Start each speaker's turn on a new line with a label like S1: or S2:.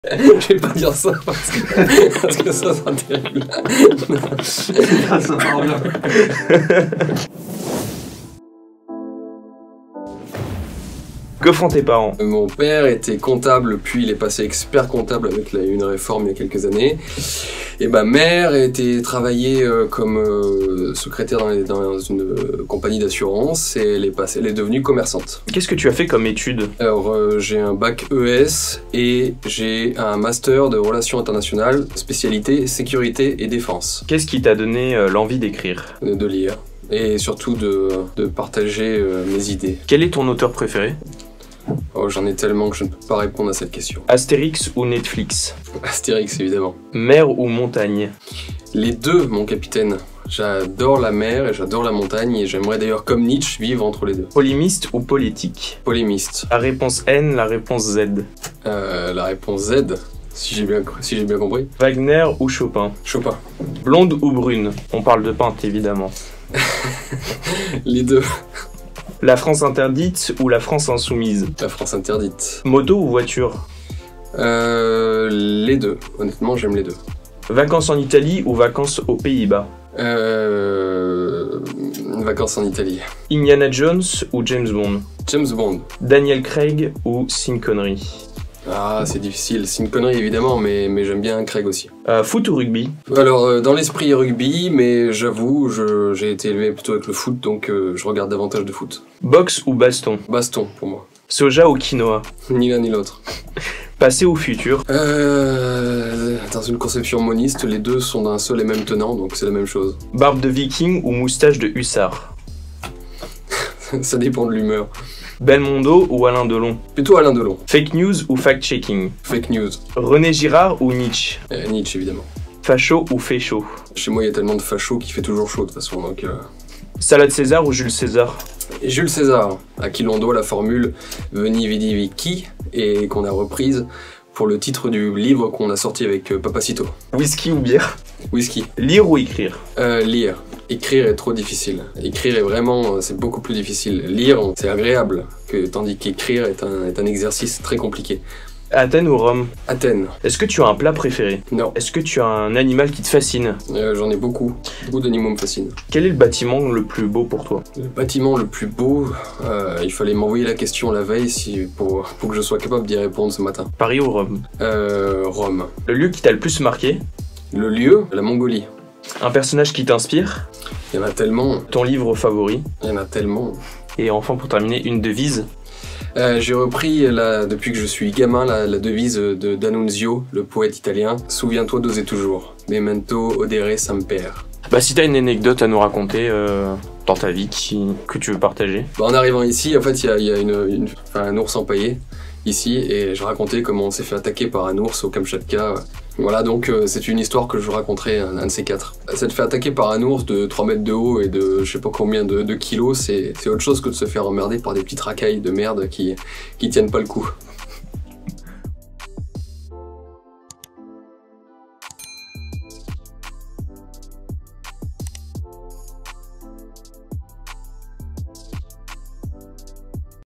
S1: Je vais pas dire ça parce que ça sera terrible.
S2: Ça part bien.
S3: Que font tes parents?
S1: Mon père était comptable, puis il est passé expert comptable avec une réforme il y a quelques années. Et ma mère était travaillée comme secrétaire dans une compagnie d'assurance et elle est devenue commerçante.
S3: Qu'est-ce que tu as fait comme études?
S1: Alors j'ai un bac ES et j'ai un master de relations internationales, spécialité sécurité et défense.
S3: Qu'est-ce qui t'a donné l'envie d'écrire?
S1: De lire et surtout de partager mes idées.
S3: Quel est ton auteur préféré?
S1: Oh, j'en ai tellement que je ne peux pas répondre à cette question.
S3: Astérix ou Netflix?
S1: Astérix évidemment.
S3: Mer ou montagne?
S1: Les deux, mon capitaine. J'adore la mer et j'adore la montagne et j'aimerais d'ailleurs, comme Nietzsche, vivre entre les deux.
S3: Polémiste ou politique?
S1: Polémiste.
S3: La réponse N, la réponse Z?
S1: La réponse Z, si j'ai bien compris.
S3: Wagner ou Chopin?
S1: Chopin.
S3: Blonde ou brune? On parle de peintre évidemment.
S1: Les deux.
S3: La France interdite ou la France insoumise?
S1: La France interdite.
S3: Moto ou voiture?
S1: Les deux. Honnêtement, j'aime les deux.
S3: Vacances en Italie ou vacances aux Pays-Bas?
S1: Vacances en Italie.
S3: Indiana Jones ou James Bond?
S1: James Bond.
S3: Daniel Craig ou Sean Connery?
S1: Ah, c'est difficile. C'est une connerie évidemment, mais j'aime bien Craig aussi.
S3: Foot ou rugby?
S1: Alors, dans l'esprit rugby, mais j'avoue, j'ai été élevé plutôt avec le foot, donc je regarde davantage de foot.
S3: Boxe ou baston?
S1: Baston, pour moi.
S3: Soja ou quinoa?
S1: Ni l'un ni l'autre.
S3: Passé ou futur?
S1: Dans une conception moniste, les deux sont d'un seul et même tenant, donc c'est la même chose.
S3: Barbe de viking ou moustache de hussard?
S1: Ça dépend de l'humeur.
S3: Belmondo ou Alain Delon?
S1: Plutôt Alain Delon.
S3: Fake news ou fact-checking?
S1: Fake news.
S3: René Girard ou Nietzsche?
S1: Nietzsche, évidemment.
S3: Facho ou fécho?
S1: Chez moi, il y a tellement de fachos qu'il fait toujours chaud, de toute façon, donc...
S3: Salade César ou Jules César?
S1: Et Jules César, à qui l'on doit la formule « Veni, vidi, vici » et qu'on a reprise pour le titre du livre qu'on a sorti avec Papacito.
S3: Whisky ou bière?
S1: Whisky.
S3: Lire ou écrire?
S1: Lire. Écrire est trop difficile. Écrire est vraiment, c'est beaucoup plus difficile. Lire, c'est agréable, tandis qu'écrire est un exercice très compliqué.
S3: Athènes ou Rome?
S1: Athènes.
S3: Est-ce que tu as un plat préféré?
S1: Non.
S3: Est-ce que tu as un animal qui te fascine?
S1: J'en ai beaucoup. Beaucoup d'animaux me fascinent.
S3: Quel est le bâtiment le plus beau pour toi?
S1: Le bâtiment le plus beau, il fallait m'envoyer la question la veille pour que je sois capable d'y répondre ce matin.
S3: Paris ou Rome?
S1: Rome.
S3: Le lieu qui t'a le plus marqué?
S1: Le lieu, la Mongolie.
S3: Un personnage qui t'inspire?
S1: Il y en a tellement.
S3: Ton livre favori?
S1: Il y en a tellement.
S3: Et enfin, pour terminer, une devise?
S1: J'ai repris, depuis que je suis gamin, la devise de D'Annunzio, le poète italien. Souviens-toi d'oser toujours. Memento odere semper.
S3: Bah, si t'as une anecdote à nous raconter dans ta vie que tu veux partager.
S1: Bah, en arrivant ici, en fait, il y a un ours empaillé ici, et je racontais comment on s'est fait attaquer par un ours au Kamchatka. Voilà, donc c'est une histoire que je raconterai un de ces quatre. S'être fait attaquer par un ours de 3 mètres de haut et de je sais pas combien de kilos, c'est autre chose que de se faire emmerder par des petites racailles de merde qui tiennent pas le coup.